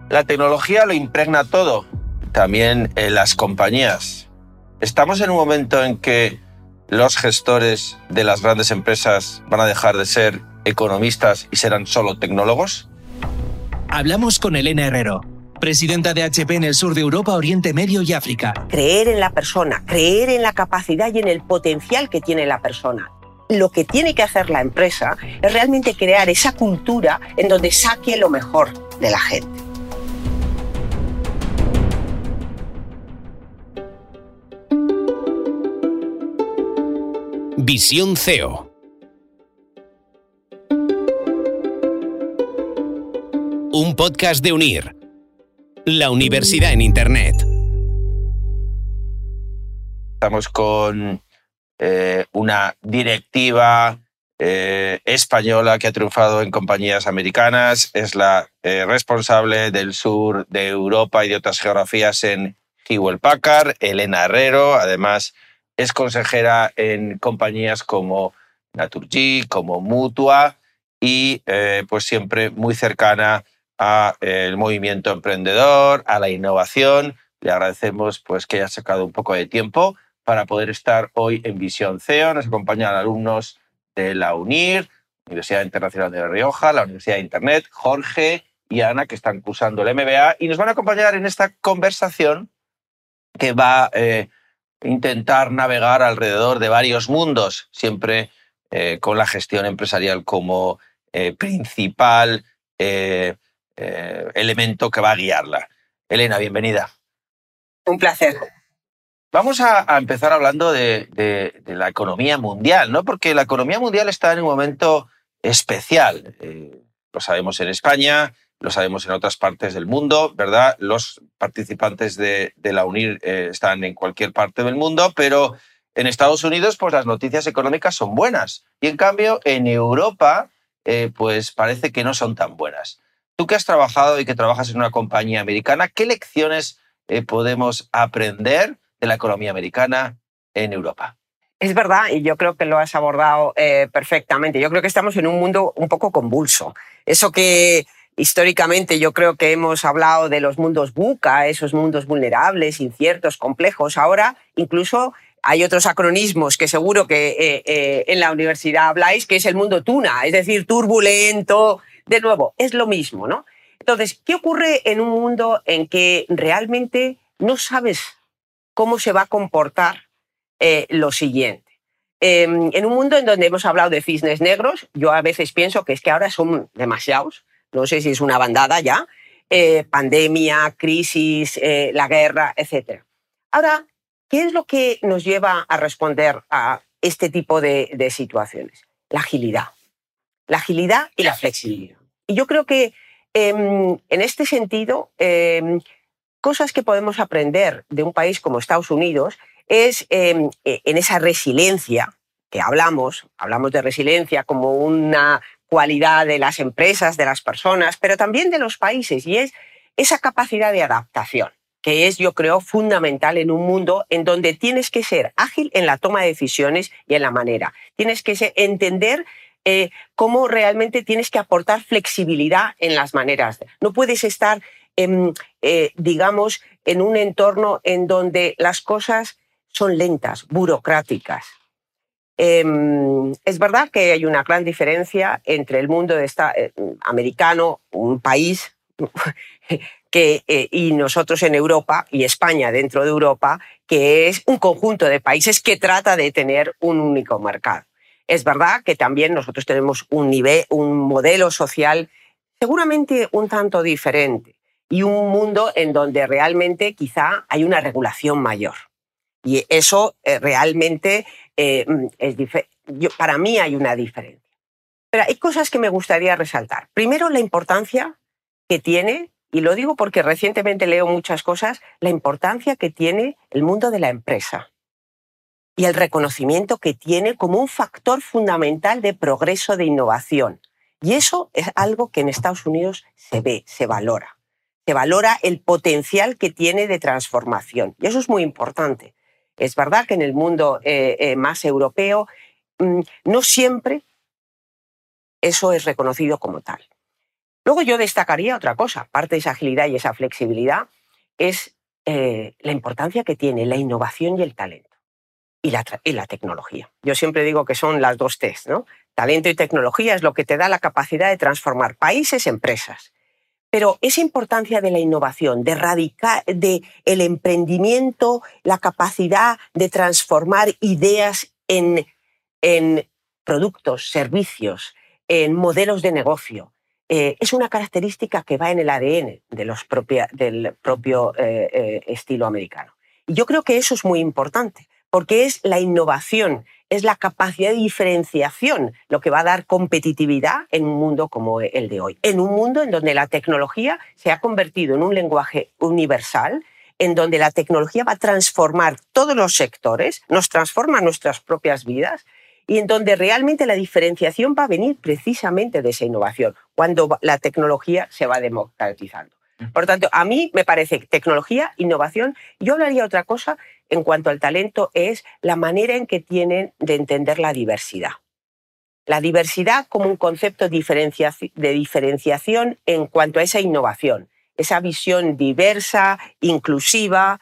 La tecnología lo impregna todo, también en las compañías. ¿Estamos en un momento en que los gestores de las grandes empresas van a dejar de ser economistas y serán solo tecnólogos? Hablamos con Elena Herrero, presidenta de HP en el sur de Europa, Oriente Medio y África. Creer en la persona, creer en la capacidad y en el potencial que tiene la persona. Lo que tiene que hacer la empresa es realmente crear esa cultura en donde saque lo mejor de la gente. Visión CEO. Un podcast de UNIR, la universidad en Internet. Estamos con una directiva española que ha triunfado en compañías americanas. Es la responsable del sur de Europa y de otras geografías en Hewlett Packard, Elena Herrero. Además, es consejera en compañías como Naturgy, como Mutua y pues siempre muy cercana al movimiento emprendedor, a la innovación. Le agradecemos pues, que haya sacado un poco de tiempo para poder estar hoy en Visión CEO. Nos acompañan alumnos de la UNIR, Universidad Internacional de La Rioja, la Universidad de Internet, Jorge y Ana, que están cursando el MBA, y nos van a acompañar en esta conversación que va a intentar navegar alrededor de varios mundos, siempre con la gestión empresarial como principal elemento que va a guiarla. Elena, bienvenida. Un placer. Vamos a empezar hablando de la economía mundial, ¿no? Porque la economía mundial está en un momento especial. Lo sabemos en España, lo sabemos en otras partes del mundo, ¿verdad? Los participantes de la UNIR están en cualquier parte del mundo, pero en Estados Unidos pues las noticias económicas son buenas y en cambio en Europa pues parece que no son tan buenas. Tú que has trabajado y que trabajas en una compañía americana, ¿qué lecciones podemos aprender de la economía americana en Europa? Es verdad, y yo creo que lo has abordado perfectamente. Yo creo que estamos en un mundo un poco convulso. Eso que históricamente yo creo que hemos hablado de los mundos VUCA, esos mundos vulnerables, inciertos, complejos. Ahora incluso hay otros acronismos que seguro que en la universidad habláis, que es el mundo tuna, es decir, turbulento. De nuevo, es lo mismo, ¿no? Entonces, ¿qué ocurre en un mundo en que realmente no sabes cómo se va a comportar lo siguiente? En un mundo en donde hemos hablado de cisnes negros, yo a veces pienso que es que ahora son demasiados, no sé si es una bandada ya, pandemia, crisis, la guerra, etc. Ahora, ¿qué es lo que nos lleva a responder a este tipo de situaciones? La agilidad y la flexibilidad. Y yo creo que en este sentido, cosas que podemos aprender de un país como Estados Unidos es en esa resiliencia que hablamos de resiliencia como una cualidad de las empresas, de las personas, pero también de los países, y es esa capacidad de adaptación, que es, yo creo, fundamental en un mundo en donde tienes que ser ágil en la toma de decisiones y en la manera. Tienes que entender cómo realmente tienes que aportar flexibilidad en las maneras. No puedes estar, digamos, en un entorno en donde las cosas son lentas, burocráticas. Es verdad que hay una gran diferencia entre el mundo americano, un país, y nosotros en Europa, y España dentro de Europa, que es un conjunto de países que trata de tener un único mercado. Es verdad que también nosotros tenemos un modelo social seguramente un tanto diferente y un mundo en donde realmente quizá hay una regulación mayor. Y eso realmente para mí hay una diferencia. Pero hay cosas que me gustaría resaltar. Primero, la importancia que tiene, y lo digo porque recientemente leo muchas cosas, la importancia que tiene el mundo de la empresa y el reconocimiento que tiene como un factor fundamental de progreso, de innovación. Y eso es algo que en Estados Unidos se ve, se valora. Se valora el potencial que tiene de transformación. Y eso es muy importante. Es verdad que en el mundo más europeo no siempre eso es reconocido como tal. Luego yo destacaría otra cosa, parte de esa agilidad y esa flexibilidad, es la importancia que tiene la innovación y el talento y la tecnología. Yo siempre digo que son las dos T's, ¿no? Talento y tecnología es lo que te da la capacidad de transformar países, empresas. Pero esa importancia de la innovación, de el emprendimiento, la capacidad de transformar ideas en productos, servicios, en modelos de negocio, es una característica que va en el ADN del propio estilo americano. Y yo creo que eso es muy importante, porque es la innovación, es la capacidad de diferenciación lo que va a dar competitividad en un mundo como el de hoy. En un mundo en donde la tecnología se ha convertido en un lenguaje universal, en donde la tecnología va a transformar todos los sectores, nos transforma nuestras propias vidas, y en donde realmente la diferenciación va a venir precisamente de esa innovación, cuando la tecnología se va democratizando. Por lo tanto, a mí me parece tecnología, innovación. Yo hablaría otra cosa en cuanto al talento, es la manera en que tienen de entender la diversidad. La diversidad como un concepto de diferenciación en cuanto a esa innovación, esa visión diversa, inclusiva.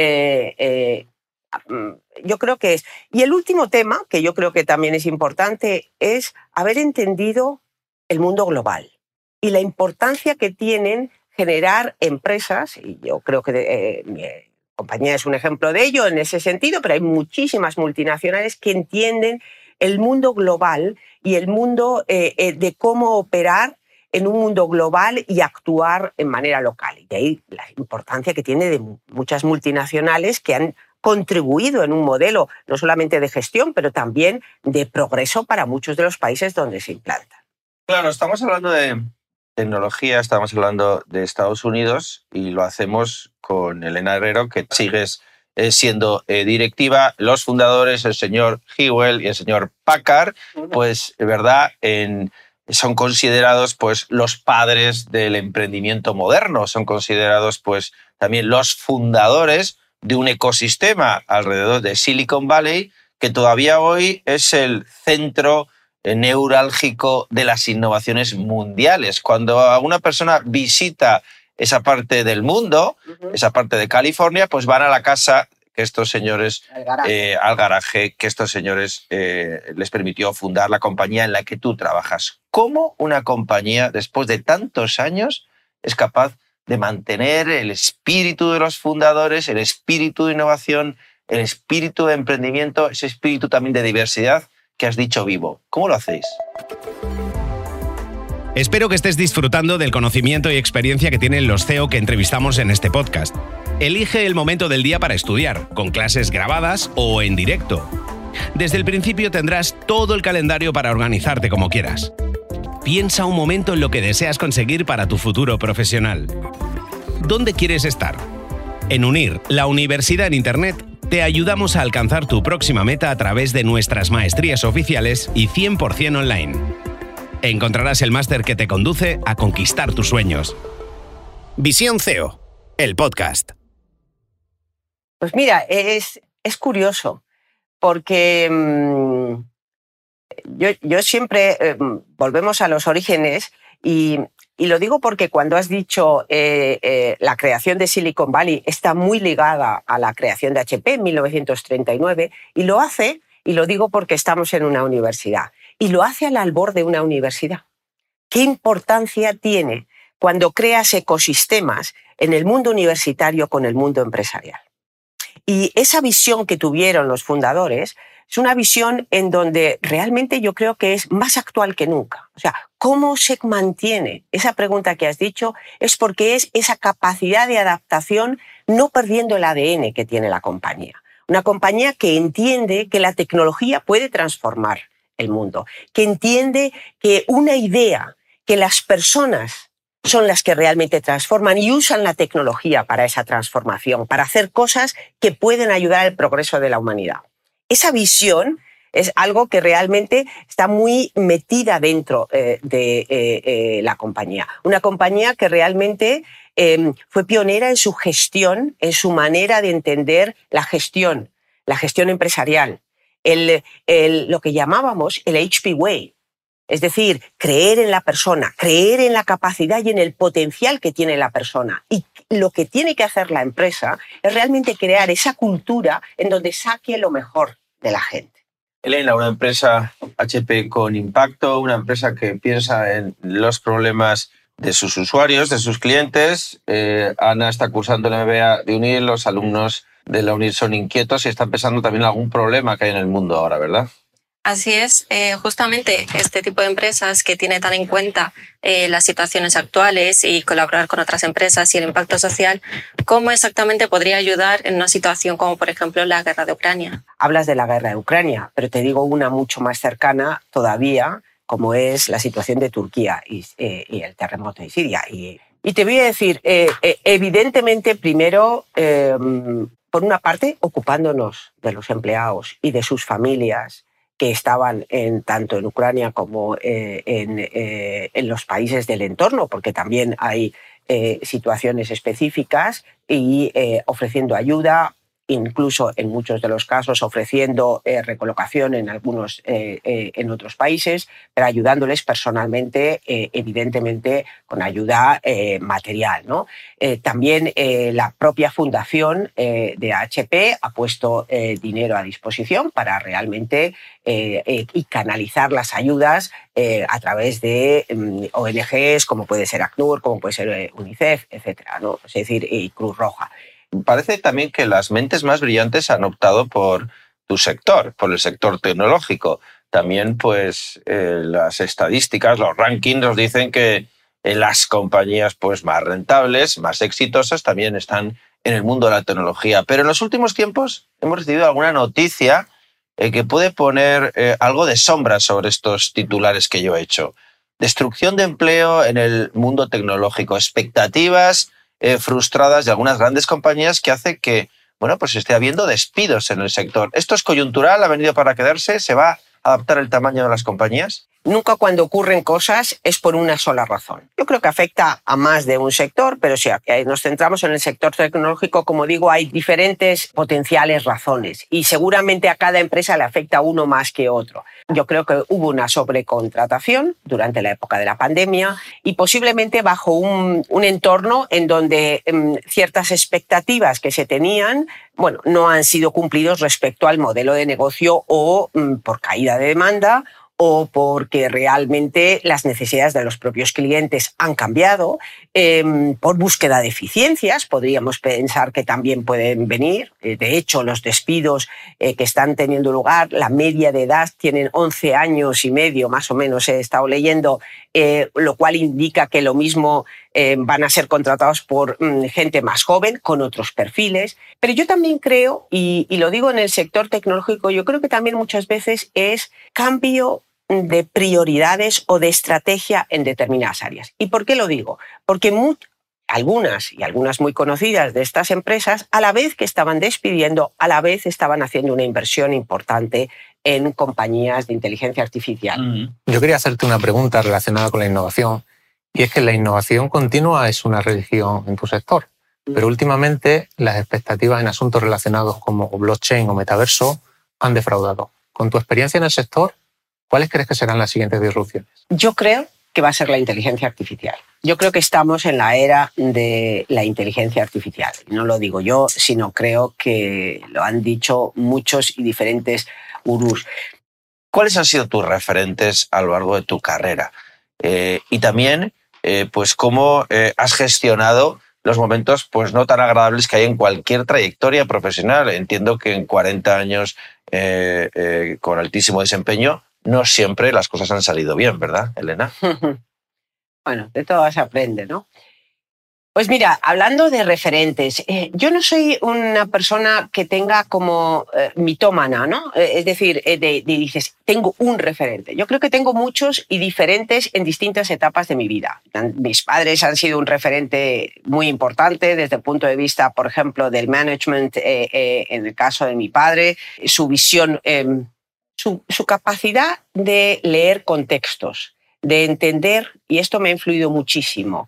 Yo creo que es. Y el último tema, que yo creo que también es importante, es haber entendido el mundo global y la importancia que tienen generar empresas, y yo creo que mi compañía es un ejemplo de ello en ese sentido, pero hay muchísimas multinacionales que entienden el mundo global y el mundo de cómo operar en un mundo global y actuar en manera local. Y de ahí la importancia que tiene de muchas multinacionales que han contribuido en un modelo no solamente de gestión, pero también de progreso para muchos de los países donde se implantan. Claro, estamos hablando de tecnología, estamos hablando de Estados Unidos y lo hacemos con Elena Herrero, que sigues siendo directiva. Los fundadores, el señor Hewell y el señor Packard, pues, de verdad, son considerados pues, los padres del emprendimiento moderno, son considerados pues, también los fundadores de un ecosistema alrededor de Silicon Valley que todavía hoy es el centro neurálgico de las innovaciones mundiales. Cuando una persona visita esa parte del mundo, esa parte de California, pues van a la casa que estos señores, al garaje que estos señores les permitió fundar la compañía en la que tú trabajas. ¿Cómo una compañía, después de tantos años, es capaz de mantener el espíritu de los fundadores, el espíritu de innovación, el espíritu de emprendimiento, ese espíritu también de diversidad que has dicho vivo? ¿Cómo lo hacéis? Espero que estés disfrutando del conocimiento y experiencia que tienen los CEO que entrevistamos en este podcast. Elige el momento del día para estudiar, con clases grabadas o en directo. Desde el principio tendrás todo el calendario para organizarte como quieras. Piensa un momento en lo que deseas conseguir para tu futuro profesional. ¿Dónde quieres estar? En UNIR, la universidad en Internet, te ayudamos a alcanzar tu próxima meta a través de nuestras maestrías oficiales y 100% online. Encontrarás el máster que te conduce a conquistar tus sueños. Visión CEO, el podcast. Pues mira, es curioso, porque yo siempre volvemos a los orígenes y lo digo porque cuando has dicho la creación de Silicon Valley está muy ligada a la creación de HP en 1939 y lo hace, y lo digo porque estamos en una universidad, y lo hace al albor de una universidad. ¿Qué importancia tiene cuando creas ecosistemas en el mundo universitario con el mundo empresarial? Y esa visión que tuvieron los fundadores es una visión en donde realmente yo creo que es más actual que nunca. O sea, ¿cómo se mantiene? Esa pregunta que has dicho es porque es esa capacidad de adaptación no perdiendo el ADN que tiene la compañía. Una compañía que entiende que la tecnología puede transformar el mundo, que entiende que una idea, que las personas son las que realmente transforman y usan la tecnología para esa transformación, para hacer cosas que pueden ayudar al progreso de la humanidad. Esa visión es algo que realmente está muy metida dentro de la compañía. Una compañía que realmente fue pionera en su gestión, en su manera de entender la gestión empresarial, lo que llamábamos el HP Way. Es decir, creer en la persona, creer en la capacidad y en el potencial que tiene la persona. Y lo que tiene que hacer la empresa es realmente crear esa cultura en donde saque lo mejor de la gente. Elena, una empresa HP con impacto, una empresa que piensa en los problemas de sus usuarios, de sus clientes. Ana está cursando el MBA de UNIR, los alumnos de la UNIR son inquietos y están pensando también en algún problema que hay en el mundo ahora, ¿verdad? Así es, justamente este tipo de empresas que tiene tan en cuenta las situaciones actuales y colaborar con otras empresas y el impacto social, ¿cómo exactamente podría ayudar en una situación como, por ejemplo, la guerra de Ucrania? Hablas de la guerra de Ucrania, pero te digo una mucho más cercana todavía, como es la situación de Turquía y el terremoto de Siria. Y te voy a decir, evidentemente, primero, por una parte, ocupándonos de los empleados y de sus familias, que estaban tanto en Ucrania como en los países del entorno, porque también hay situaciones específicas, y ofreciendo ayuda, incluso en muchos de los casos ofreciendo recolocación en en otros países, pero ayudándoles personalmente, evidentemente con ayuda material, ¿no? También la propia fundación de HP ha puesto dinero a disposición para realmente y canalizar las ayudas a través de ONGs como puede ser ACNUR, como puede ser UNICEF, etcétera, ¿no? Es decir, y Cruz Roja. Parece también que las mentes más brillantes han optado por tu sector, por el sector tecnológico. También, pues, las estadísticas, los rankings nos dicen que las compañías pues, más rentables, más exitosas, también están en el mundo de la tecnología. Pero en los últimos tiempos hemos recibido alguna noticia que puede poner algo de sombra sobre estos titulares que yo he hecho. Destrucción de empleo en el mundo tecnológico, expectativas frustradas de algunas grandes compañías que hace que, bueno, pues esté habiendo despidos en el sector. ¿Esto es coyuntural? ¿Ha venido para quedarse? ¿Se va a adaptar el tamaño de las compañías? Nunca cuando ocurren cosas es por una sola razón. Yo creo que afecta a más de un sector, pero si nos centramos en el sector tecnológico, como digo, hay diferentes potenciales razones y seguramente a cada empresa le afecta uno más que otro. Yo creo que hubo una sobrecontratación durante la época de la pandemia y posiblemente bajo un entorno en donde ciertas expectativas que se tenían, bueno, no han sido cumplidos respecto al modelo de negocio o por caída de demanda o porque realmente las necesidades de los propios clientes han cambiado, por búsqueda de eficiencias, podríamos pensar que también pueden venir. De hecho, los despidos que están teniendo lugar, la media de edad tienen 11 años y medio, más o menos he estado leyendo, lo cual indica que lo mismo van a ser contratados por gente más joven, con otros perfiles. Pero yo también creo, y lo digo en el sector tecnológico, yo creo que también muchas veces es cambio de prioridades o de estrategia en determinadas áreas. ¿Y por qué lo digo? Porque algunas muy conocidas de estas empresas, a la vez que estaban despidiendo, a la vez estaban haciendo una inversión importante en compañías de inteligencia artificial. Yo quería hacerte una pregunta relacionada con la innovación, y es que la innovación continua es una religión en tu sector, pero últimamente las expectativas en asuntos relacionados como blockchain o metaverso han defraudado. Con tu experiencia en el sector, ¿cuáles crees que serán las siguientes disrupciones? Yo creo que va a ser la inteligencia artificial. Yo creo que estamos en la era de la inteligencia artificial. No lo digo yo, sino creo que lo han dicho muchos y diferentes gurús. ¿Cuáles han sido tus referentes a lo largo de tu carrera? Y también, pues, ¿cómo has gestionado los momentos pues, no tan agradables que hay en cualquier trayectoria profesional? Entiendo que en 40 años con altísimo desempeño, no siempre las cosas han salido bien, ¿verdad, Elena? Bueno, de todo se aprende, ¿no? Pues mira, hablando de referentes, yo no soy una persona que tenga como mitómana, ¿no? Es decir, dices, tengo un referente. Yo creo que tengo muchos y diferentes en distintas etapas de mi vida. Mis padres han sido un referente muy importante desde el punto de vista, por ejemplo, del management, en el caso de mi padre, su visión, su capacidad de leer contextos, de entender, y esto me ha influido muchísimo,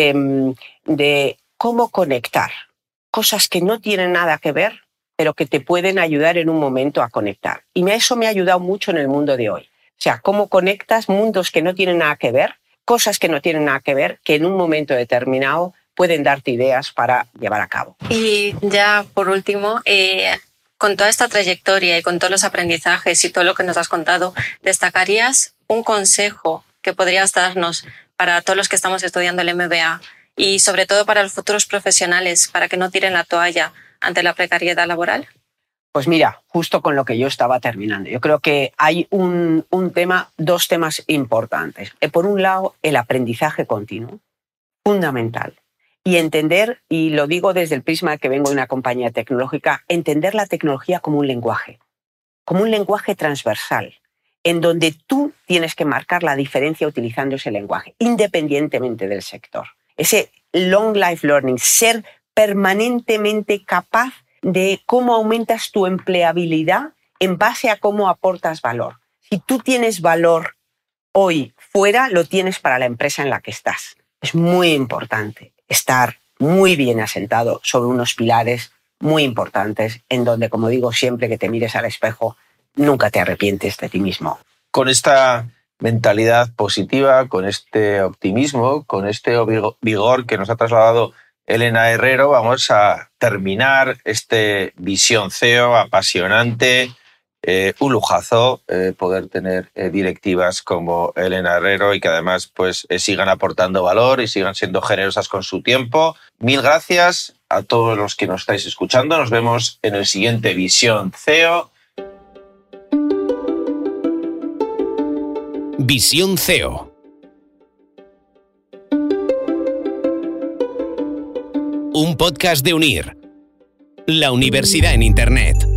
de cómo conectar cosas que no tienen nada que ver, pero que te pueden ayudar en un momento a conectar. Y eso me ha ayudado mucho en el mundo de hoy. O sea, cómo conectas mundos que no tienen nada que ver, cosas que no tienen nada que ver, que en un momento determinado pueden darte ideas para llevar a cabo. Y ya por último, con toda esta trayectoria y con todos los aprendizajes y todo lo que nos has contado, ¿destacarías un consejo que podrías darnos para todos los que estamos estudiando el MBA y sobre todo para los futuros profesionales, para que no tiren la toalla ante la precariedad laboral? Pues mira, justo con lo que yo estaba terminando. Yo creo que hay dos temas importantes. Por un lado, el aprendizaje continuo, fundamental. Y entender, y lo digo desde el prisma que vengo de una compañía tecnológica, entender la tecnología como un lenguaje transversal, en donde tú tienes que marcar la diferencia utilizando ese lenguaje, independientemente del sector. Ese long life learning, ser permanentemente capaz de cómo aumentas tu empleabilidad en base a cómo aportas valor. Si tú tienes valor hoy fuera, lo tienes para la empresa en la que estás. Es muy importante estar muy bien asentado sobre unos pilares muy importantes en donde, como digo, siempre que te mires al espejo, nunca te arrepientes de ti mismo. Con esta mentalidad positiva, con este optimismo, con este vigor que nos ha trasladado Elena Herrero, vamos a terminar este Visión CEO apasionante. Un lujazo poder tener directivas como Elena Herrero y que además pues, sigan aportando valor y sigan siendo generosas con su tiempo. Mil gracias a todos los que nos estáis escuchando. Nos vemos en el siguiente Visión CEO. Visión CEO. Un podcast de UNIR, la universidad en Internet.